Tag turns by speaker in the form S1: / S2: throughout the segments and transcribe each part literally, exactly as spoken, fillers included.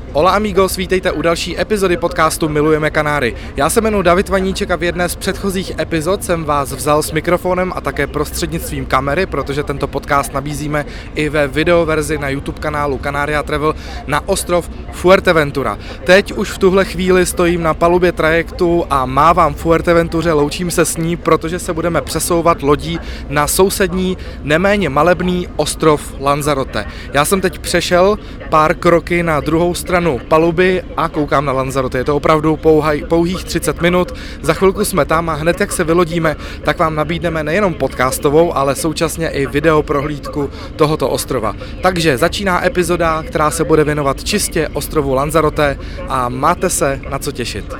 S1: Hola amigos, vítejte u další epizody podcastu Milujeme Kanáry. Já se jmenuji David Vaníček a v jedné z předchozích epizod jsem vás vzal s mikrofonem a také prostřednictvím kamery, protože tento podcast nabízíme i ve videoverzi na YouTube kanálu Canaria Travel na ostrov Fuerteventura. Teď už v tuhle chvíli stojím na palubě trajektu a mávám Fuerteventuře, loučím se s ní, protože se budeme přesouvat lodí na sousední, neméně malebný ostrov Lanzarote. Já jsem teď přešel pár kroky na druhou stranu paluby a koukám na Lanzarote. Je to opravdu pouhaj, pouhých třicet minut. Za chvilku jsme tam a hned jak se vylodíme, tak vám nabídneme nejenom podcastovou, ale současně i video prohlídku tohoto ostrova. Takže začíná epizoda, která se bude věnovat čistě ostrovu Lanzarote a máte se na co těšit.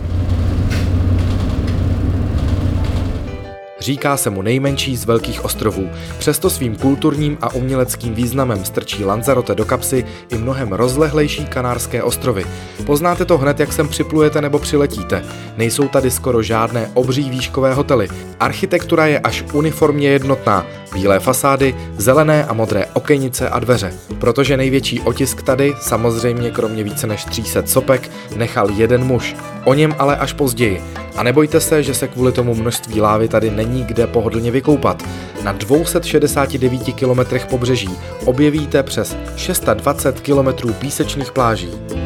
S1: Říká se mu nejmenší z velkých ostrovů, přesto svým kulturním a uměleckým významem strčí Lanzarote do kapsy i mnohem rozlehlejší Kanárské ostrovy. Poznáte to hned, jak sem připlujete nebo přiletíte. Nejsou tady skoro žádné obří výškové hotely. Architektura je až uniformně jednotná. Bílé fasády, zelené a modré okenice a dveře. Protože největší otisk tady, samozřejmě kromě více než tří set sopek, nechal jeden muž. O něm ale až později. A nebojte se, že se kvůli tomu množství lávy tady není kde pohodlně vykoupat. Na dvou set šedesáti devíti kilometrech pobřeží objevíte přes dvacet šest kilometrů písečných pláží.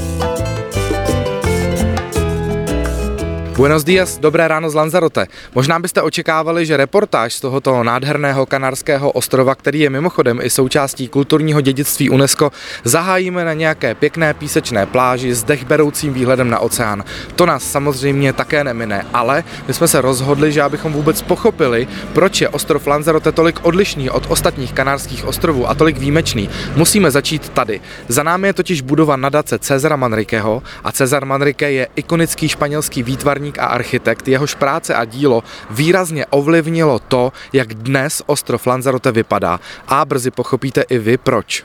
S1: Buenos días, dobré ráno z Lanzarote. Možná byste očekávali, že reportáž z tohoto nádherného kanárského ostrova, který je mimochodem i součástí kulturního dědictví UNESCO, zahájíme na nějaké pěkné písečné pláži s dechberoucím výhledem na oceán. To nás samozřejmě také nemine, ale my jsme se rozhodli, že abychom vůbec pochopili, proč je ostrov Lanzarote tolik odlišný od ostatních kanárských ostrovů a tolik výjimečný, musíme začít tady. Za námi je totiž budova nadace Césara Manriqueho a César Manrique je ikonický španělský výtvarník a architekt, jehož práce a dílo výrazně ovlivnilo to, jak dnes ostrov Lanzarote vypadá. A brzy pochopíte i vy proč.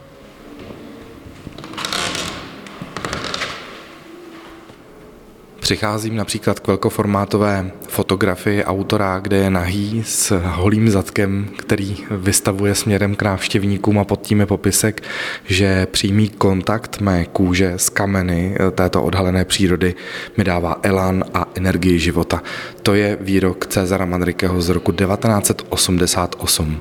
S1: Přicházím například k velkoformátové fotografii autora, kde je nahý s holým zadkem, který vystavuje směrem k návštěvníkům a pod tím je popisek, že přímý kontakt mé kůže s kameny této odhalené přírody mi dává elán a energii života. To je výrok Césara Manriqueho z roku devatenáct set osmdesát osm.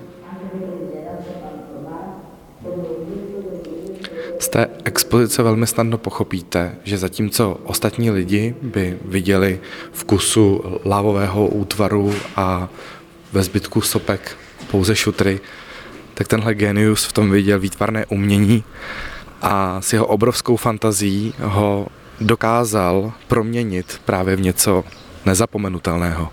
S1: Z té expozice velmi snadno pochopíte, že zatímco ostatní lidi by viděli v kusu lávového útvaru a ve zbytku sopek pouze šutry, tak tenhle genius v tom viděl výtvarné umění a s jeho obrovskou fantazií ho dokázal proměnit právě v něco nezapomenutelného.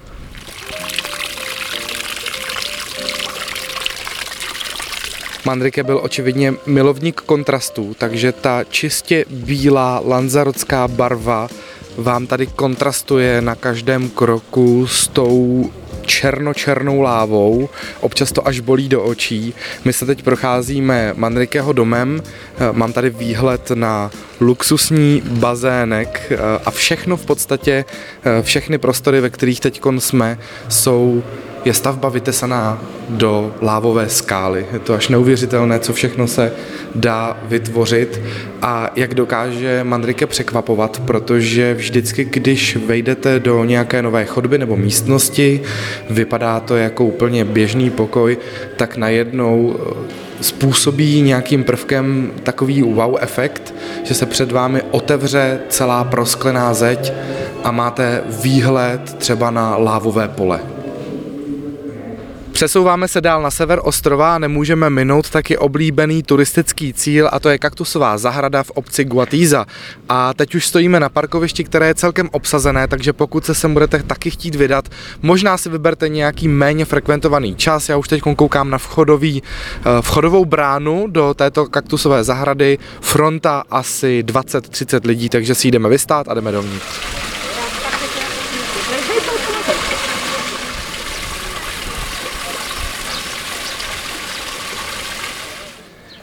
S1: Manrique byl očividně milovník kontrastů, takže ta čistě bílá lanzarotská barva vám tady kontrastuje na každém kroku s tou černočernou lávou, občas to až bolí do očí. My se teď procházíme Manriqueho domem, mám tady výhled na luxusní bazének a všechno v podstatě, všechny prostory, ve kterých teď jsme, jsou je stavba vytesaná do lávové skály. Je to až neuvěřitelné, co všechno se dá vytvořit a jak dokáže Manrique překvapovat, protože vždycky, když vejdete do nějaké nové chodby nebo místnosti, vypadá to jako úplně běžný pokoj, tak najednou způsobí nějakým prvkem takový wow efekt, že se před vámi otevře celá prosklená zeď a máte výhled třeba na lávové pole. Přesouváme se dál na sever ostrova a nemůžeme minout taky oblíbený turistický cíl a to je kaktusová zahrada v obci Guatiza. A teď už stojíme na parkovišti, které je celkem obsazené, takže pokud se sem budete taky chtít vydat, možná si vyberte nějaký méně frekventovaný čas. Já už teď koukám na vchodový, vchodovou bránu do této kaktusové zahrady. Fronta asi dvacet třicet lidí, takže si jdeme vystát a jdeme dovnitř.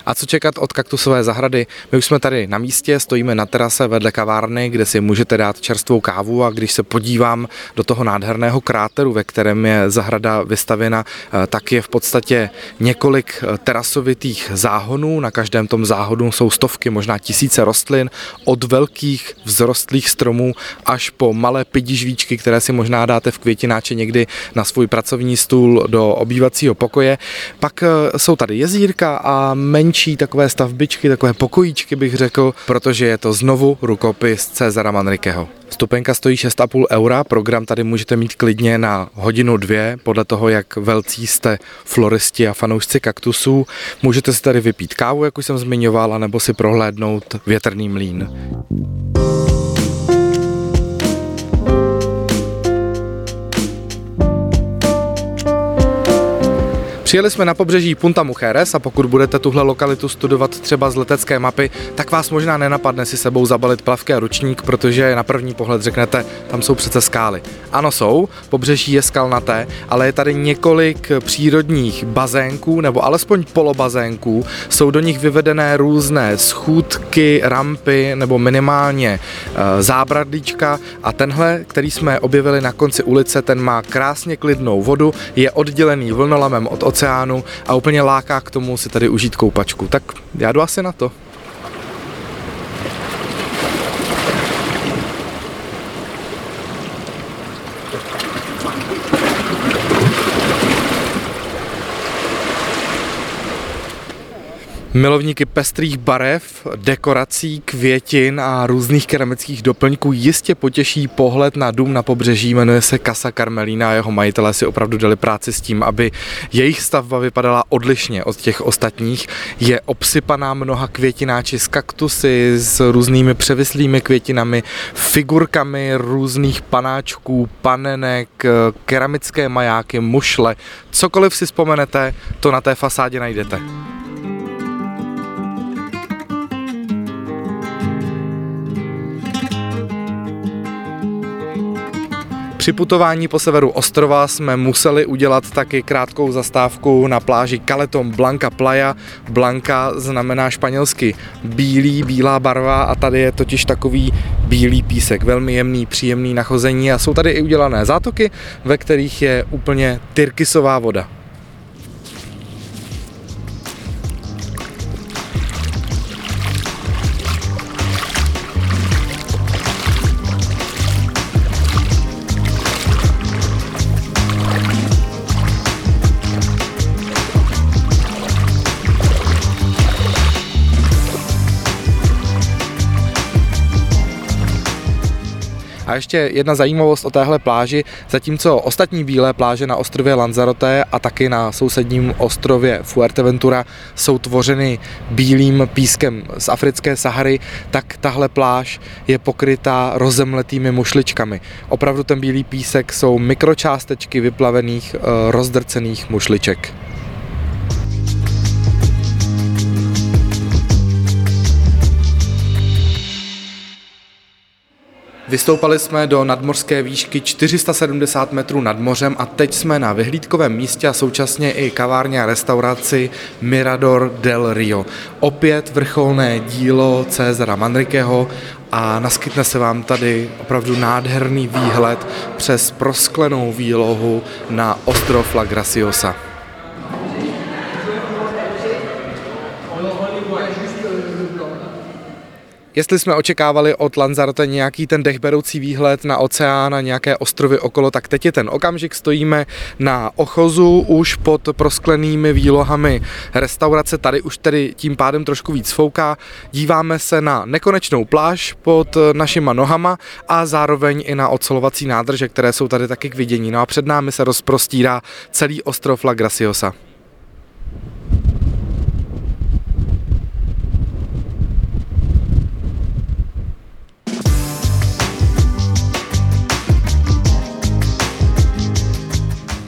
S1: A co čekat od kaktusové zahrady? My už jsme tady na místě, stojíme na terase vedle kavárny, kde si můžete dát čerstvou kávu, a když se podívám do toho nádherného kráteru, ve kterém je zahrada vystavěna, tak je v podstatě několik terasovitých záhonů. Na každém tom záhonu jsou stovky, možná tisíce rostlin, od velkých vzrostlých stromů až po malé pidižvíčky, které si možná dáte v květináči někdy na svůj pracovní stůl do obývacího pokoje. Pak jsou tady jezírka a menší takové stavbičky, takové pokojíčky bych řekl, protože je to znovu rukopis Césara Manriqueho. Vstupenka stojí šest a půl eura, program tady můžete mít klidně na hodinu dvě, podle toho, jak velcí jste floristi a fanoušci kaktusů. Můžete si tady vypít kávu, jak už jsem zmiňoval, nebo si prohlédnout větrný mlýn. Přijeli jsme na pobřeží Punta Mujeres a pokud budete tuhle lokalitu studovat třeba z letecké mapy, tak vás možná nenapadne si sebou zabalit plavky a ručník, protože na první pohled řeknete, tam jsou přece skály. Ano, jsou, pobřeží je skalnaté, ale je tady několik přírodních bazénků, nebo alespoň polobazénků, jsou do nich vyvedené různé schůdky, rampy nebo minimálně e, zábradlíčka, a tenhle, který jsme objevili na konci ulice, ten má krásně klidnou vodu, je oddělený vlnolamem od oceánu a úplně láká k tomu si tady užít koupačku. Tak já jdu asi na to. Milovníky pestrých barev, dekorací, květin a různých keramických doplňků jistě potěší pohled na dům na pobřeží, jmenuje se Casa Carmelina a jeho majitelé si opravdu dali práci s tím, aby jejich stavba vypadala odlišně od těch ostatních. Je obsypaná mnoha květináči z kaktusy, s různými převislými květinami, figurkami různých panáčků, panenek, keramické majáky, mušle. Cokoliv si vzpomenete, to na té fasádě najdete. Při putování po severu ostrova jsme museli udělat taky krátkou zastávku na pláži Caleton Blanca Playa. Blanca znamená španělsky bílý, bílá barva, a tady je totiž takový bílý písek, velmi jemný, příjemný na chození, a jsou tady i udělané zátoky, ve kterých je úplně tyrkysová voda. A ještě jedna zajímavost o téhle pláži, zatímco ostatní bílé pláže na ostrově Lanzarote a taky na sousedním ostrově Fuerteventura jsou tvořeny bílým pískem z africké Sahary, tak tahle pláž je pokrytá rozemletými mušličkami. Opravdu ten bílý písek jsou mikročástečky vyplavených rozdrcených mušliček. Vystoupali jsme do nadmořské výšky čtyři sta sedmdesát metrů nad mořem a teď jsme na vyhlídkovém místě a současně i kavárně a restauraci Mirador del Rio. Opět vrcholné dílo Césara Manriqueho a naskytne se vám tady opravdu nádherný výhled přes prosklenou výlohu na ostrov La Graciosa. Jestli jsme očekávali od Lanzarote nějaký ten dechberoucí výhled na oceán a nějaké ostrovy okolo, tak teď je ten okamžik, stojíme na ochozu už pod prosklenými výlohami restaurace, tady už tedy tím pádem trošku víc fouká, díváme se na nekonečnou pláž pod našima nohama a zároveň i na ocelovací nádrže, které jsou tady taky k vidění. No a před námi se rozprostírá celý ostrov La Graciosa.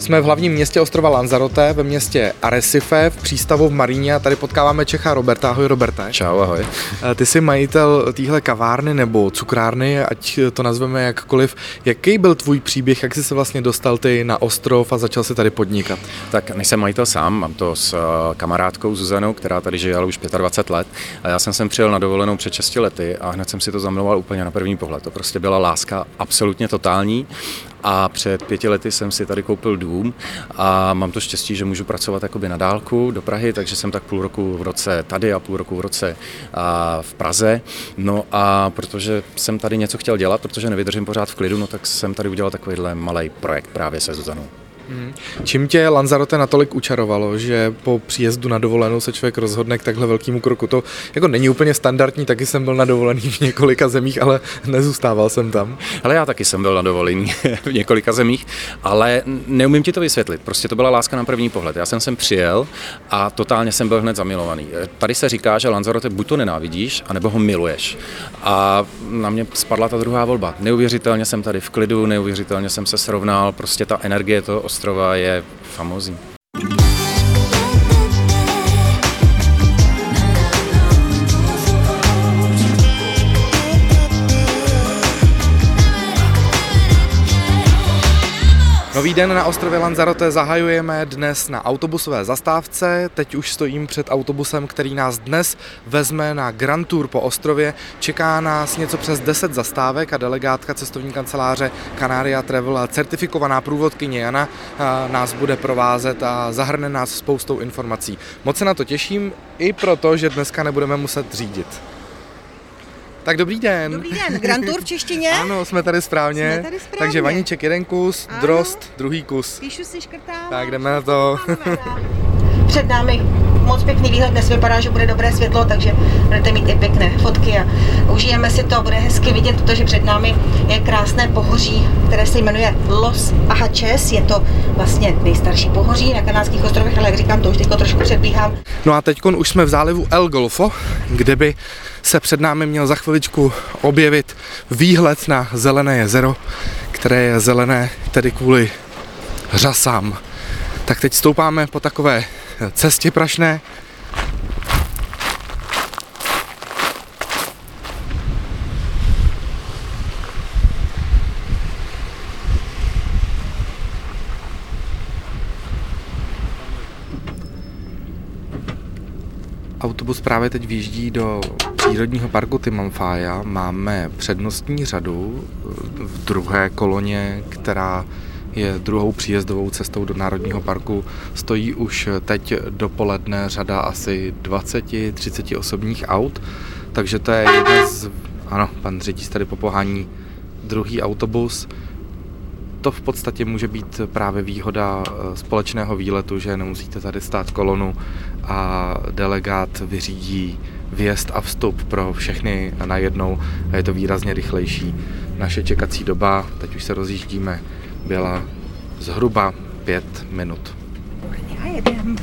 S1: Jsme v hlavním městě ostrova Lanzarote, ve městě Arrecife, v přístavu v Maríně a tady potkáváme Čecha Roberta. Ahoj Roberte.
S2: Čau, ahoj.
S1: Ty jsi majitel téhle kavárny nebo cukrárny, ať to nazveme jakkoliv. Jaký byl tvůj příběh, jak jsi se vlastně dostal ty na ostrov a začal si tady podnikat?
S2: Tak nejsem majitel sám, mám to s kamarádkou Zuzanou, která tady žije už dvacet pět let. A já jsem sem přijel na dovolenou před šesti lety a hned jsem si to zamiloval úplně na první pohled. To prostě byla láska absolutně totální. A před pěti lety jsem si tady koupil dům a mám to štěstí, že můžu pracovat jakoby na dálku do Prahy, takže jsem tak půl roku v roce tady a půl roku v roce v Praze. No a protože jsem tady něco chtěl dělat, protože nevydržím pořád v klidu, no tak jsem tady udělal takovýhle malý projekt právě se Zuzanou.
S1: Hmm. Čím tě Lanzarote natolik učarovalo, že po příjezdu na dovolenou se člověk rozhodne k takhle velkému kroku? To jako není úplně standardní, taky jsem byl na dovolený v několika zemích, ale nezůstával jsem tam.
S2: Ale já taky jsem byl na dovolený v několika zemích, ale neumím ti to vysvětlit. Prostě to byla láska na první pohled. Já jsem sem přijel a totálně jsem byl hned zamilovaný. Tady se říká, že Lanzarote buď to nenávidíš, anebo ho miluješ. A na mě spadla ta druhá volba. Neuvěřitelně jsem tady v klidu, neuvěřitelně jsem se srovnal, prostě ta energie toho ostrova je famózní.
S1: Nový den na ostrově Lanzarote zahajujeme dnes na autobusové zastávce. Teď už stojím před autobusem, který nás dnes vezme na Grand Tour po ostrově. Čeká nás něco přes deset zastávek a delegátka cestovní kanceláře Canaria Travel a certifikovaná průvodkyně Jana nás bude provázet a zahrne nás spoustou informací. Moc se na to těším, i proto, že dneska nebudeme muset řídit. Tak dobrý den.
S3: Dobrý den, Grand Tour v češtině.
S1: Ano, jsme tady správně.
S3: Jsme tady správně.
S1: Takže vaníček jeden kus, ano. Drost druhý kus.
S3: Píšu si, škrtám.
S1: Tak jdeme na to.
S3: Před námi moc pěkný výhled, dnes vypadá, že bude dobré světlo, takže budete mít i pěkné fotky a užijeme si to, bude hezky vidět, protože před námi je krásné pohoří, které se jmenuje Los Ahaches. Je to vlastně nejstarší pohoří na Kanárských ostrovech, ale jak říkám, to už teďko trošku předbíhám.
S1: No a teďkon už jsme v zálivu El Golfo, kde by se před námi měl za chviličku objevit výhled na zelené jezero, které je zelené tedy kvůli řasám. Tak teď stoupáme po takové cestě prašné. Autobus právě teď vyjíždí do přírodního parku Timanfaya. Máme přednostní řadu v druhé koloně, která je druhou příjezdovou cestou do Národního parku. Stojí už teď dopoledne řada asi dvacet třicet osobních aut, takže to je jedna z... Ano, pan řidič tady popohání druhý autobus. To v podstatě může být právě výhoda společného výletu, že nemusíte tady stát kolonu a delegát vyřídí vjezd a vstup pro všechny najednou a je to výrazně rychlejší. Naše čekací doba, teď už se rozjíždíme, byla zhruba pět minut.
S3: A jedem.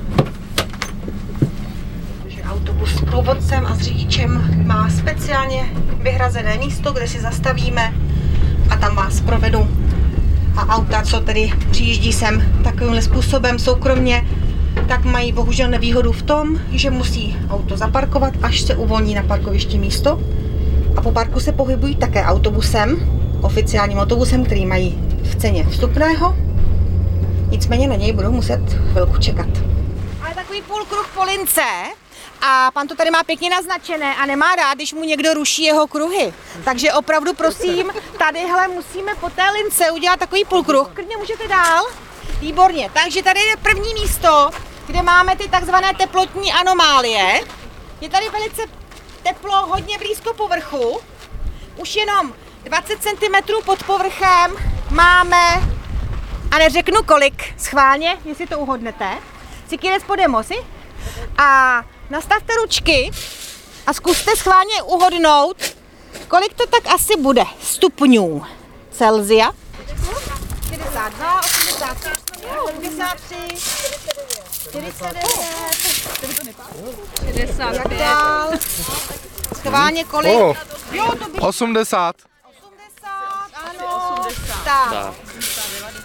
S3: Takže autobus s průvodcem a s řidičem má speciálně vyhrazené místo, kde si zastavíme a tam vás provedu. A auta, co tedy přijíždí sem takovýmhle způsobem soukromně, tak mají bohužel nevýhodu v tom, že musí auto zaparkovat, až se uvolní na parkovišti místo. A po parku se pohybují také autobusem, oficiálním autobusem, který mají v ceně vstupného. Nicméně na něj budou muset chvilku čekat. Ale takový půl kruh po lince a pan to tady má pěkně naznačené a nemá rád, když mu někdo ruší jeho kruhy. Takže opravdu prosím, tadyhle musíme po té lince udělat takový půl kruh. Klidně můžete dál. Výborně, takže tady je první místo, kde máme ty takzvané teplotní anomálie. Je tady velice teplo, hodně blízko povrchu. Už jenom dvacet centimetrů pod povrchem máme, a neřeknu kolik, schválně, jestli to uhodnete. Si kýres podemos, a nastavte ručky a zkuste schválně uhodnout, kolik to tak asi bude stupňů Celsia. šedesát dva, osmdesát tři, osmdesát tři, čtyřicet devět, šedesát pět, schválně kolik?
S1: Oh,
S3: jo, to by...
S1: osmdesát.
S3: osmdesát, ano, tak.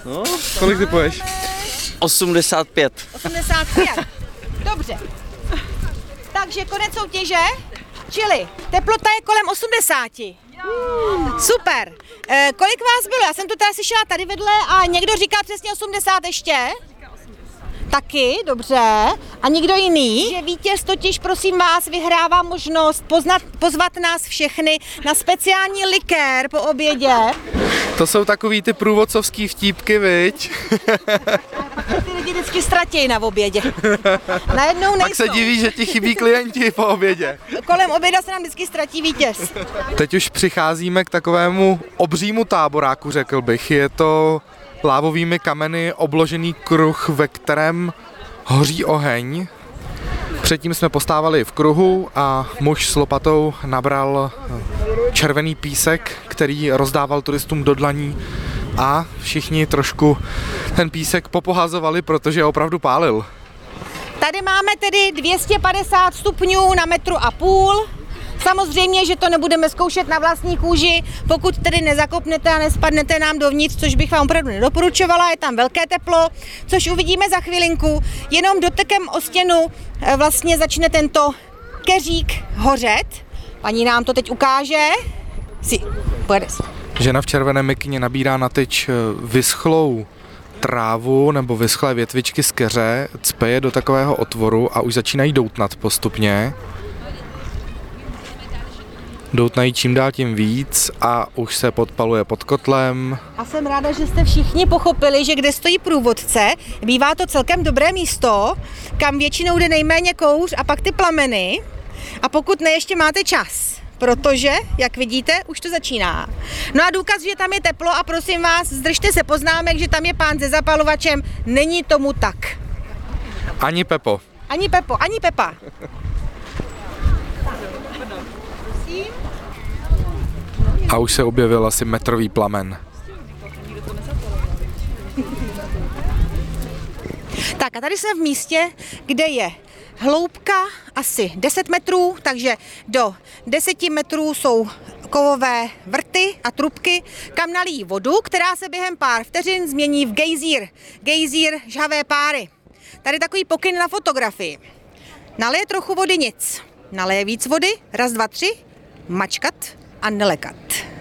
S4: No.
S1: Kolik ty poješ?
S4: osmdesát pět.
S3: osmdesát pět. Dobře. Takže konec soutěže, čili teplota je kolem osmdesáti. Super. E, kolik vás bylo? Já jsem to teda slyšela tady vedle a někdo říká přesně osmdesát ještě? Taky, dobře. A někdo jiný? Že vítěz totiž, prosím vás, vyhrává možnost poznat, pozvat nás všechny na speciální likér po obědě.
S1: To jsou takový ty průvodcovský vtípky, viď?
S3: Ty lidi vždycky ztratějí na obědě. Najednou nejsou.
S1: Pak se diví, že ti chybí klienti po obědě.
S3: Kolem oběda se nám vždycky ztratí vítěz.
S1: Teď už přicházíme k takovému obřímu táboráku, řekl bych. Je to lávovými kameny obložený kruh, ve kterém hoří oheň. Předtím jsme postávali v kruhu a muž s lopatou nabral červený písek, který rozdával turistům do dlaní a všichni trošku ten písek popohazovali, protože opravdu pálil.
S3: Tady máme tedy dvě stě padesát stupňů na metru a půl. Samozřejmě, že to nebudeme zkoušet na vlastní kůži, pokud tedy nezakopnete a nespadnete nám dovnitř, což bych vám opravdu nedoporučovala, je tam velké teplo, což uvidíme za chvilinku. Jenom dotekem o stěnu vlastně začne tento keřík hořet. Paní nám to teď ukáže. Si, pojede se.
S1: Žena v červené mikině nabírá na tyč vyschlou trávu nebo vyschlé větvičky z keře, cpe je do takového otvoru a už začínají doutnat postupně. Doutnají čím dál tím víc a už se podpaluje pod kotlem.
S3: A jsem ráda, že jste všichni pochopili, že kde stojí průvodce, bývá to celkem dobré místo, kam většinou jde nejméně kouř a pak ty plameny. A pokud ne, ještě máte čas, protože, jak vidíte, už to začíná. No a důkaz, že tam je teplo a prosím vás, zdržte se poznámek, že tam je pán se zapalovačem, není tomu tak.
S1: Ani Pepo.
S3: Ani Pepo, ani Pepa.
S1: A už se objevil asi metrový plamen.
S3: Tak a tady jsme v místě, kde je hloubka asi deset metrů, takže do deseti metrů jsou kovové vrty a trubky, kam nalijí vodu, která se během pár vteřin změní v gejzír. Gejzír žhavé páry. Tady takový pokyn na fotografii. Naleje trochu vody, nic. Naleje víc vody, raz, dva, tři, mačkat a nelekat.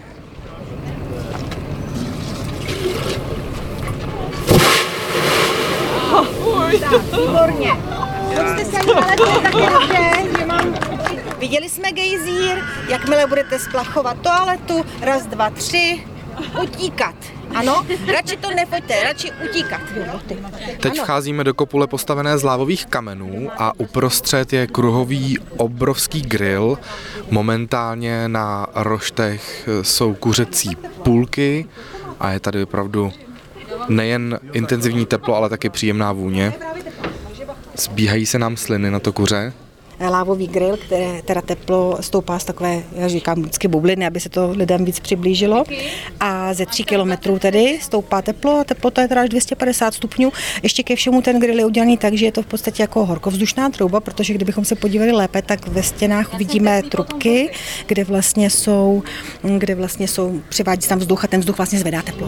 S3: Tak, výborně. Pojďte se jít, ale to je taky dobře, že mám... Viděli jsme gejzír, jakmile budete splachovat toaletu, raz, dva, tři, utíkat. Ano, radši to nefoďte, radši utíkat.
S1: Teď ano. Vcházíme do kopule postavené z lávových kamenů a uprostřed je kruhový obrovský grill. Momentálně na roštech jsou kuřecí půlky a je tady opravdu nejen intenzivní teplo, ale taky příjemná vůně. Zbíhají se nám sliny na to kuře.
S3: Lávový grill, které teda teplo stoupá z takové, já říkám vždycky bubliny, aby se to lidem víc přiblížilo. A ze tří kilometrů tedy stoupá teplo a teplota je teda až dvě stě padesát stupňů. Ještě ke všemu ten grill je udělaný tak, že je to v podstatě jako horkovzdušná trouba, protože kdybychom se podívali lépe, tak ve stěnách vidíme trubky, kde vlastně jsou, kde vlastně jsou, přivádí se tam vzduch a ten vzduch vlastně zvedá teplo.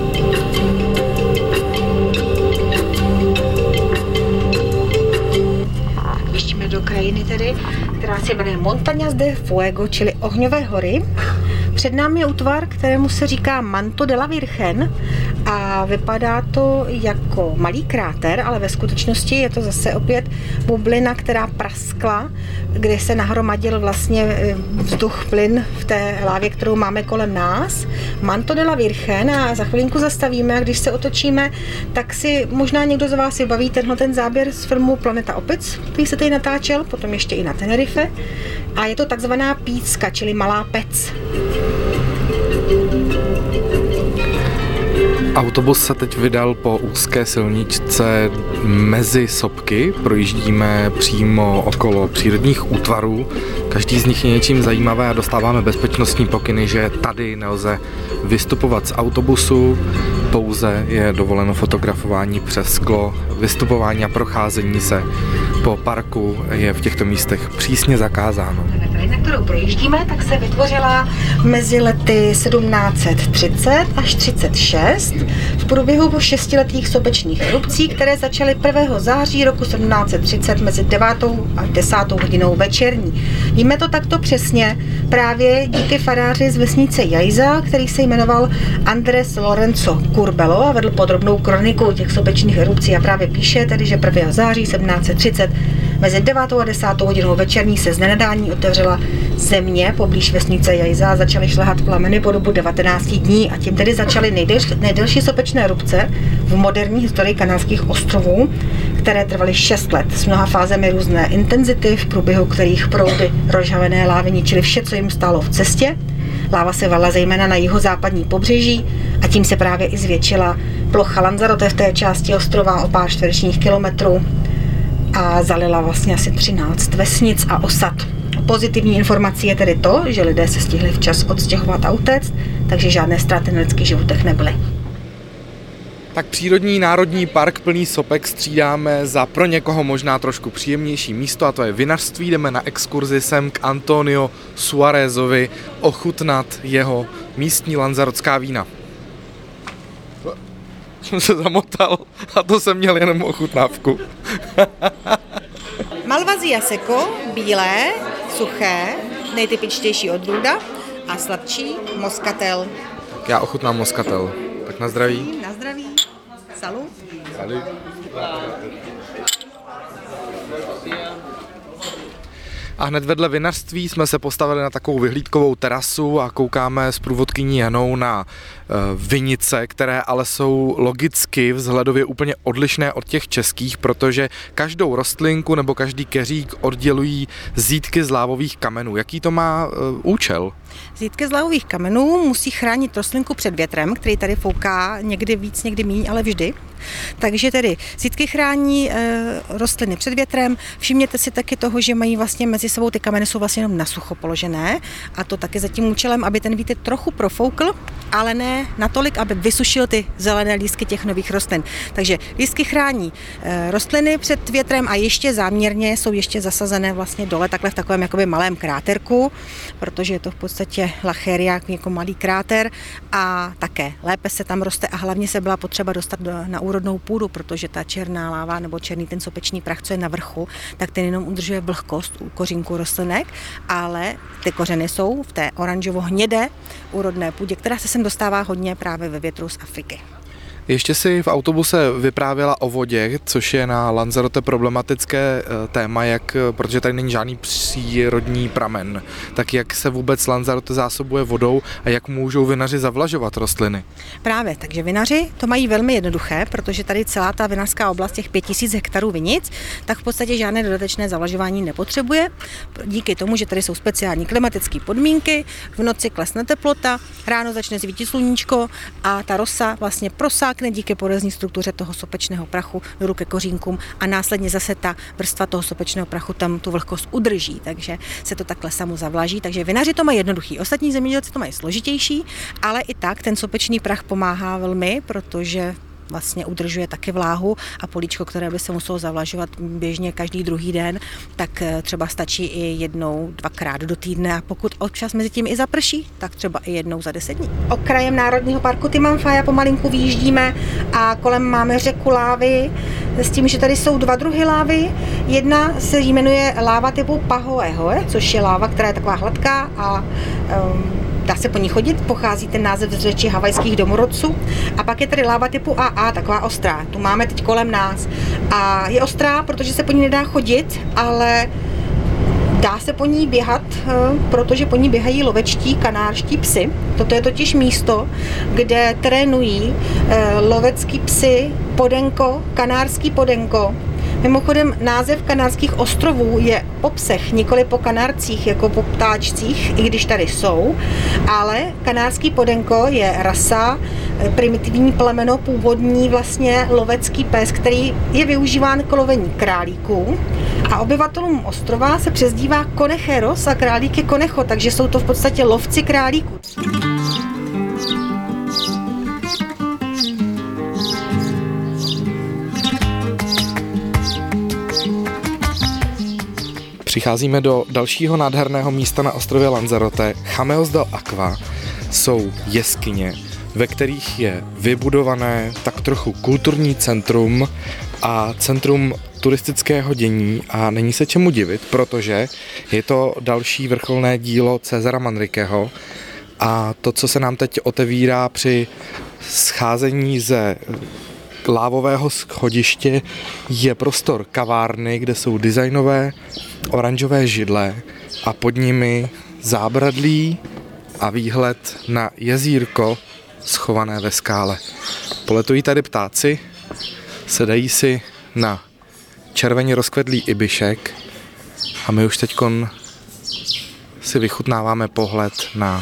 S3: Do krajiny tedy, která se jmenuje Montañas de Fuego, čili ohňové hory. Před námi je útvar, kterému se říká Manto de la Virgen a vypadá to jako malý kráter, ale ve skutečnosti je to zase opět bublina, která praskla, kde se nahromadil vlastně vzduch, plyn v té lávě, kterou máme kolem nás. Manto de la Virgen a za chvilinku zastavíme a když se otočíme, tak si možná někdo z vás vybaví tenhle ten záběr z filmu Planeta opic, který se tady natáčel, potom ještě i na Tenerife. A je to takzvaná pícka, čili malá pec.
S1: Autobus se teď vydal po úzké silničce mezi sopky, projíždíme přímo okolo přírodních útvarů. Každý z nich je něčím zajímavé a dostáváme bezpečnostní pokyny, že tady nelze vystupovat z autobusu, pouze je dovoleno fotografování přes sklo, vystupování a procházení se po parku je v těchto místech přísně zakázáno.
S3: kterou projíždíme, tak se vytvořila mezi lety sedmnáct set třicet až třicet šest v průběhu šestiletých sopečných erupcí, které začaly prvního září roku sedmnáct set třicet mezi devátou a desátou hodinou večerní. Víme to takto přesně právě díky faráři z vesnice Jajza, který se jmenoval Andres Lorenzo Curbelo a vedl podrobnou kroniku těch sopečných erupcí a právě píše tedy, že prvního září sedmnáct set třicet mezi devátou a desátou hodinou večerní se z nenadání otevřela země poblíž vesnice Jajza a začaly šlehat plameny po dobu devatenáct dní a tím tedy začaly nejdelší, nejdelší sopečné erupce v moderní historii Kanárských ostrovů, které trvaly šest let s mnoha fázemi různé intenzity, v průběhu kterých proudy rozžhavené lávy ničily vše, co jim stálo v cestě. Láva se valila zejména na jihozápadní pobřeží a tím se právě i zvětšila plocha Lanzarote v té části ostrova o pár čtverečních kilometrů a zalila vlastně asi třináct vesnic a osad. Pozitivní informací je tedy to, že lidé se stihli včas odstěhovat a utéct, takže žádné ztráty na lidských životech nebyly.
S1: Tak přírodní národní park plný sopek střídáme za pro někoho možná trošku příjemnější místo a to je vinařství. Jdeme na exkurzi sem k Antonio Suarezovi ochutnat jeho místní lanzarotská vína. Jsem se zamotal a to jsem měl jenom ochutnávku.
S3: Malvasia seco, bílé, suché, nejtypičtější odrůda a sladší Moscatel.
S1: Já ochutnám Moscatel. Tak na zdraví.
S3: Na zdraví. Salut.
S1: Salut. A hned vedle vinařství jsme se postavili na takovou vyhlídkovou terasu a koukáme s průvodkyní Janou na uh, vinice, které ale jsou logicky vzhledově úplně odlišné od těch českých, protože každou rostlinku nebo každý keřík oddělují zítky z lávových kamenů. Jaký to má uh, účel?
S3: Zítky z lávových kamenů musí chránit rostlinku před větrem, který tady fouká někdy víc, někdy míň, ale vždy. Takže tedy zítky chrání e, rostliny před větrem. Všimněte si taky toho, že mají vlastně mezi sebou ty kameny jsou vlastně jenom na sucho položené a to taky za tím účelem, aby ten vítr trochu profoukl, ale ne natolik, aby vysušil ty zelené lístky těch nových rostlin. Takže lístky chrání e, rostliny před větrem a ještě záměrně jsou ještě zasazené vlastně dole takhle v takovém jakoby malém kráterku, protože je to v podstatě lachéria jako malý kráter a také lépe se tam roste a hlavně se byla potřeba dostat do, na úrodnou půdu, protože ta černá láva nebo černý ten sopečný prach, co je na vrchu, tak ten jenom udržuje vlhkost u kořínku rostlinek, ale ty kořeny jsou v té oranžovo-hnědé úrodné půdě, která se sem dostává hodně právě ve větru z Afriky.
S1: Ještě si v autobuse vyprávěla o vodě, což je na Lanzarote problematické téma, jak, protože tady není žádný přírodní pramen. Tak jak se vůbec Lanzarote zásobuje vodou a jak můžou vinaři zavlažovat rostliny?
S3: Právě, takže vinaři to mají velmi jednoduché, protože tady celá ta vinařská oblast těch pět tisíc hektarů vinic, tak v podstatě žádné dodatečné zavlažování nepotřebuje. Díky tomu, že tady jsou speciální klimatické podmínky, v noci klesne teplota, ráno začne svítit sluníčko a ta rosa vlastně prosákne díky porezní struktuře toho sopečného prachu do ruky kořínkům a následně zase ta vrstva toho sopečného prachu tam tu vlhkost udrží, takže se to takhle samo zavlaží. Takže vinaři to mají jednoduchý, ostatní zemědělci to mají složitější, ale i tak ten sopečný prach pomáhá velmi, protože vlastně udržuje taky vláhu a políčko, které by se muselo zavlažovat běžně každý druhý den, tak třeba stačí i jednou, dvakrát do týdne a pokud občas mezi tím i zaprší, tak třeba i jednou za deset dní. Okrajem Národního parku Timanfaya pomalinku vyjíždíme a kolem máme řeku lávy s tím, že tady jsou dva druhy lávy. Jedna se jmenuje láva typu Pahoehoe, což je láva, která je taková hladká a um, dá se po ní chodit, pochází ten název z řeči havajských domorodců. A pak je tady láva typu A A, taková ostrá. Tu máme teď kolem nás. A je ostrá, protože se po ní nedá chodit, ale dá se po ní běhat, protože po ní běhají lovečtí kanárští psy. Toto je totiž místo, kde trénují lovecký psy podenko, kanárský podenko. Mimochodem název Kanárských ostrovů je po psech, nikoli po kanárcích jako po ptáčcích, i když tady jsou, ale kanárský podenko je rasa, primitivní plemeno, původní vlastně lovecký pes, který je využíván k lovení králíků a obyvatelům ostrova se přezdívá conejeros a králík je conejo, takže jsou to v podstatě lovci králíků.
S1: Přicházíme do dalšího nádherného místa na ostrově Lanzarote. Chameos del Aqua jsou jeskyně, ve kterých je vybudované tak trochu kulturní centrum a centrum turistického dění a není se čemu divit, protože je to další vrcholné dílo Césara Manriqueho a to, co se nám teď otevírá při scházení ze lávového schodiště, je prostor kavárny, kde jsou designové oranžové židle a pod nimi zábradlí a výhled na jezírko schované ve skále. Poletují tady ptáci, sedají si na červeně rozkvedlý ibišek a my už teďkon si vychutnáváme pohled na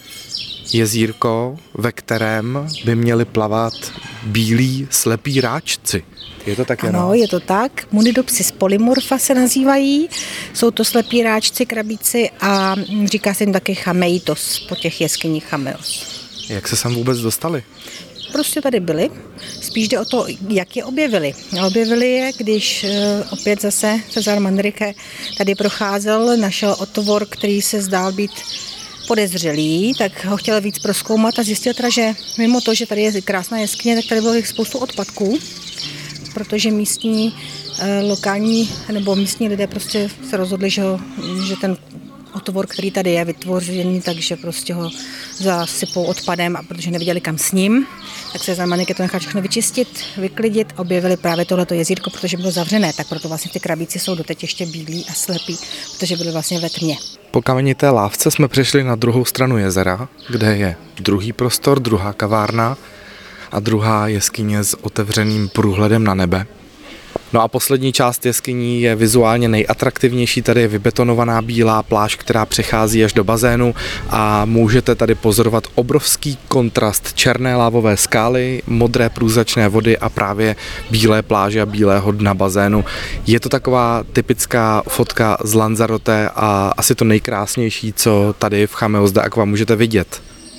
S1: jezírko, ve kterém by měli plavat bílí slepí ráčci. Je to tak?
S5: Ano,
S1: jenom?
S5: je to tak. Munidopsis polymorfa se nazývají. Jsou to slepí ráčci, krabíci a říká se jim taky chameitos po těch jeskyních chameos.
S1: Jak se sem vůbec dostali?
S5: Prostě tady byli. Spíš jde o to, jak je objevili. Objevili je, když opět zase César Manrique tady procházel, našel otvor, který se zdál být podezřelý, tak ho chtěl víc prozkoumat a zjistil teda, že mimo to, že tady je krásná jeskyně, tak tady bylo spoustu odpadků, protože místní, lokální nebo místní lidé prostě se rozhodli, že, ho, že ten otvor, který tady je vytvořený, takže prostě ho zasypou odpadem a protože neviděli kam s ním, tak se za Manrique to nechal všechno vyčistit, vyklidit a objevili právě tohleto jezírko, protože bylo zavřené, tak proto vlastně ty krabíci jsou doteď ještě bílí a slepí, protože byly vlastně ve tmě.
S1: Po kamenité lávce jsme přešli na druhou stranu jezera, kde je druhý prostor, druhá kavárna a druhá jeskyně s otevřeným průhledem na nebe. No a poslední část jeskyní je vizuálně nejatraktivnější, tady je vybetonovaná bílá pláž, která přechází až do bazénu a můžete tady pozorovat obrovský kontrast černé lávové skály, modré průzračné vody a právě bílé pláže a bílého dna bazénu. Je to taková typická fotka z Lanzarote a asi to nejkrásnější, co tady v Chameos del Aqua můžete vidět.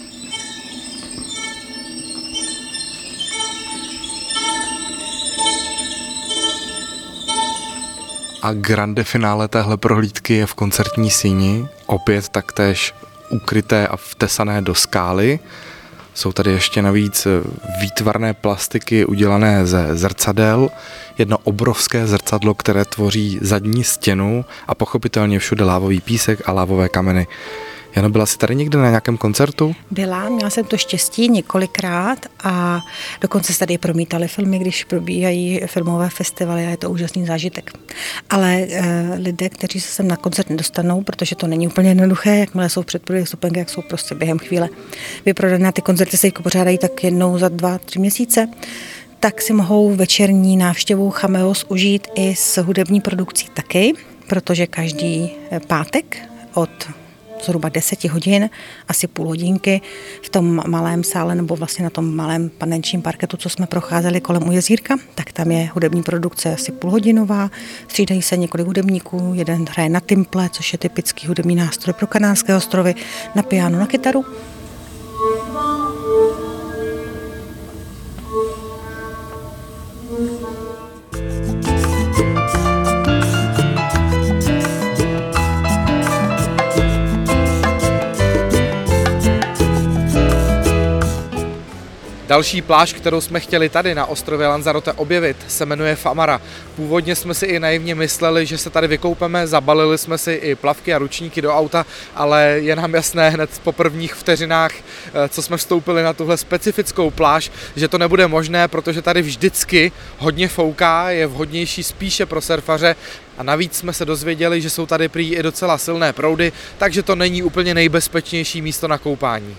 S1: A grande finále téhle prohlídky je v koncertní síni, opět taktéž ukryté a vtesané do skály. Jsou tady ještě navíc výtvarné plastiky udělané ze zrcadel, jedno obrovské zrcadlo, které tvoří zadní stěnu a pochopitelně všude lávový písek a lávové kameny. Jano, byla jsi tady někde na nějakém koncertu?
S5: Byla, měla jsem to štěstí několikrát a dokonce se tady promítaly filmy, když probíhají filmové festivaly a je to úžasný zážitek. Ale e, lidé, kteří se sem na koncert nedostanou, protože to není úplně jednoduché, jakmile jsou předprodej vstupenky, jak jsou prostě během chvíle vyprodané, ty koncerty se pořádají tak jednou za dva, tři měsíce, tak si mohou večerní návštěvu Chameos užít i s hudební produkcí taky, protože každý pátek od zhruba deset hodin, asi půl hodinky v tom malém sále nebo vlastně na tom malém panenčním parketu, co jsme procházeli kolem u jezírka, tak tam je hudební produkce asi půlhodinová, střídají se několik hudebníků, jeden hraje na timple, což je typický hudební nástroj pro Kanárské ostrovy, na piano, na kytaru.
S1: Další pláž, kterou jsme chtěli tady na ostrově Lanzarote objevit, se jmenuje Famara. Původně jsme si i naivně mysleli, že se tady vykoupeme, zabalili jsme si i plavky a ručníky do auta, ale je nám jasné hned po prvních vteřinách, co jsme vstoupili na tuhle specifickou pláž, že to nebude možné, protože tady vždycky hodně fouká, je vhodnější spíše pro surfaře a navíc jsme se dozvěděli, že jsou tady prý i docela silné proudy, takže to není úplně nejbezpečnější místo na koupání.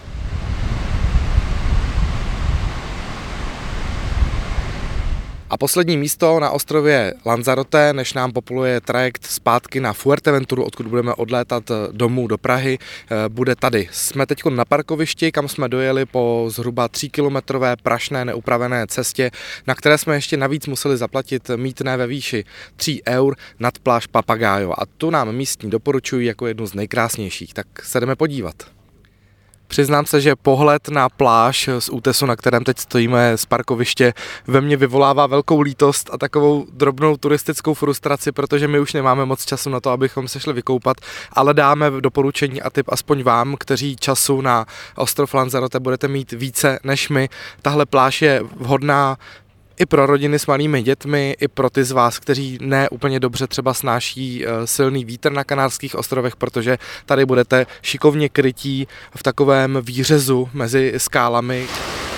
S1: A poslední místo na ostrově Lanzarote, než nám populuje trajekt zpátky na Fuerteventuru, odkud budeme odlétat domů do Prahy, bude tady. Jsme teď na parkovišti, kam jsme dojeli po zhruba tříkilometrové prašné neupravené cestě, na které jsme ještě navíc museli zaplatit mýtné ve výši tří eur nad pláž Papagayo. A tu nám místní doporučují jako jednu z nejkrásnějších, tak se jdeme podívat. Přiznám se, že pohled na pláž z útesu, na kterém teď stojíme z parkoviště, ve mně vyvolává velkou lítost a takovou drobnou turistickou frustraci, protože my už nemáme moc času na to, abychom se šli vykoupat, ale dáme doporučení a tip aspoň vám, kteří času na ostrov Lanzarote budete mít více než my. Tahle pláž je vhodná i pro rodiny s malými dětmi, i pro ty z vás, kteří ne úplně dobře třeba snáší silný vítr na Kanárských ostrovech, protože tady budete šikovně krytí v takovém výřezu mezi skálami.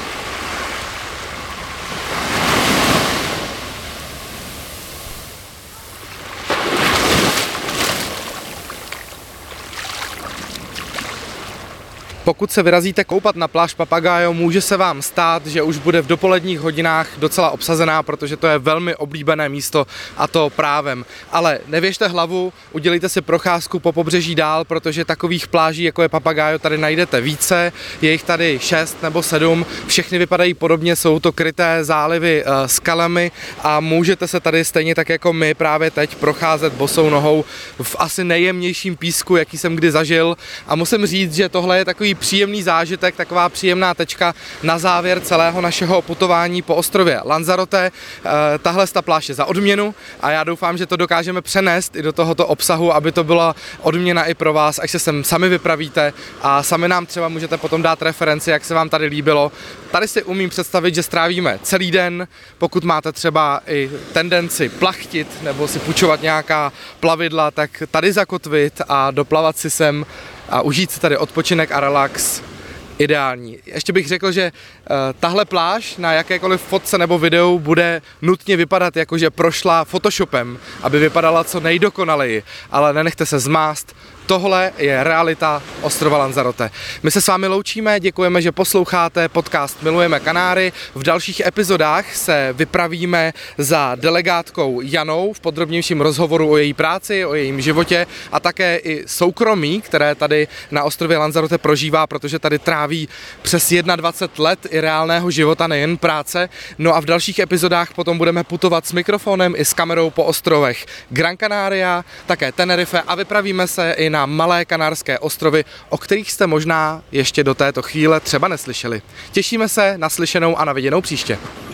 S1: Pokud se vyrazíte koupat na pláž Papagayo, může se vám stát, že už bude v dopoledních hodinách docela obsazená, protože to je velmi oblíbené místo a to právem. Ale nevěžte hlavu, udělejte si procházku po pobřeží dál, protože takových pláží, jako je Papagayo, tady najdete více. Je jich tady šest nebo sedm, všechny vypadají podobně, jsou to kryté zálivy uh, skalami a můžete se tady stejně tak jako my právě teď procházet bosou nohou v asi nejjemnějším písku, jaký jsem kdy zažil. A musím říct, že tohle je takový příjemný zážitek, taková příjemná tečka na závěr celého našeho putování po ostrově Lanzarote. Tahle ta pláž je za odměnu a já doufám, že to dokážeme přenést i do tohoto obsahu, aby to byla odměna i pro vás, až se sem sami vypravíte a sami nám třeba můžete potom dát referenci, jak se vám tady líbilo. Tady si umím představit, že strávíme celý den, pokud máte třeba i tendenci plachtit nebo si půjčovat nějaká plavidla, tak tady zakotvit a doplavat si sem a užít si tady odpočinek a relax ideální. Ještě bych řekl, že uh, tahle pláž na jakékoliv fotce nebo videu bude nutně vypadat jako, že prošla Photoshopem, aby vypadala co nejdokonaleji, ale nenechte se zmást. Tohle je realita ostrova Lanzarote. My se s vámi loučíme, děkujeme, že posloucháte podcast Milujeme Kanáry. V dalších epizodách se vypravíme za delegátkou Janou v podrobnějším rozhovoru o její práci, o jejím životě a také i soukromí, které tady na ostrově Lanzarote prožívá, protože tady tráví přes dvacet jedna let i reálného života, nejen práce. No a v dalších epizodách potom budeme putovat s mikrofonem i s kamerou po ostrovech Gran Canaria, také Tenerife a vypravíme se i na na malé kanárské ostrovy, o kterých jste možná ještě do této chvíle třeba neslyšeli. Těšíme se na slyšenou a na viděnou příště.